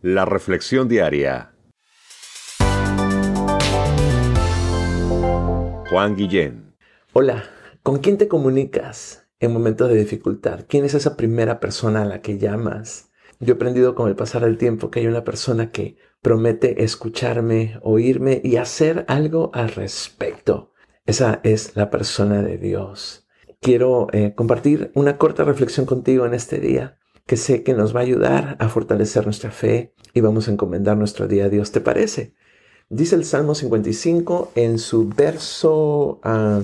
La reflexión diaria. Juan Guillén. Hola, ¿con quién te comunicas en momentos de dificultad? ¿Quién es esa primera persona a la que llamas? Yo he aprendido con el pasar del tiempo que hay una persona que promete escucharme, oírme y hacer algo al respecto. Esa es la persona de Dios. Quiero compartir una corta reflexión contigo en este día que sé que nos va a ayudar a fortalecer nuestra fe y vamos a encomendar nuestro día a Dios. ¿Te parece? Dice el Salmo 55 en su verso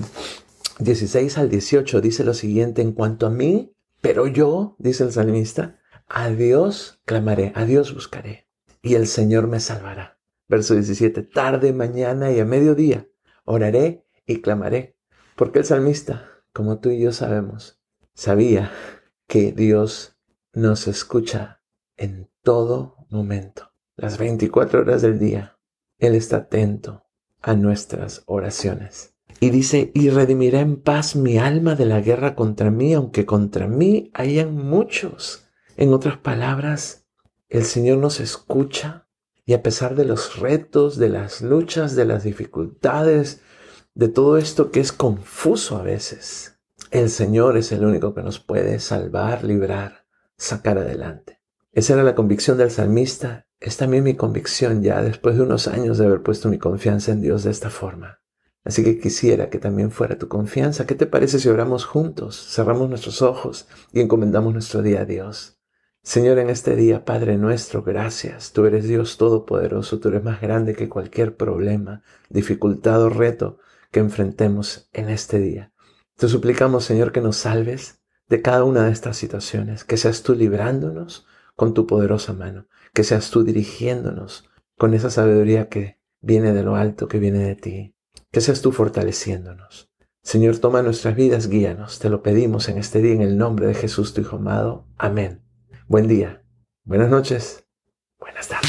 16 al 18, dice lo siguiente: en cuanto a mí, pero yo, dice el salmista, a Dios clamaré, a Dios buscaré, y el Señor me salvará. Verso 17, tarde, mañana y a mediodía, oraré y clamaré. Porque el salmista, como tú y yo sabemos, sabía que Dios nos escucha en todo momento, las 24 horas del día. Él está atento a nuestras oraciones. Y dice, y redimirá en paz mi alma de la guerra contra mí, aunque contra mí hayan muchos. En otras palabras, el Señor nos escucha y a pesar de los retos, de las luchas, de las dificultades, de todo esto que es confuso a veces, el Señor es el único que nos puede salvar, librar, sacar adelante. Esa era la convicción del salmista. Es también mi convicción ya después de unos años de haber puesto mi confianza en Dios de esta forma. Así que quisiera que también fuera tu confianza. ¿Qué te parece si oramos juntos, cerramos nuestros ojos y encomendamos nuestro día a Dios? Señor, en este día, Padre nuestro, gracias. Tú eres Dios todopoderoso. Tú eres más grande que cualquier problema, dificultad o reto que enfrentemos en este día. Te suplicamos, Señor, que nos salves de cada una de estas situaciones, que seas tú librándonos con tu poderosa mano, que seas tú dirigiéndonos con esa sabiduría que viene de lo alto, que viene de ti, que seas tú fortaleciéndonos. Señor, toma nuestras vidas, guíanos, te lo pedimos en este día en el nombre de Jesús, tu Hijo amado. Amén. Buen día, buenas noches, buenas tardes.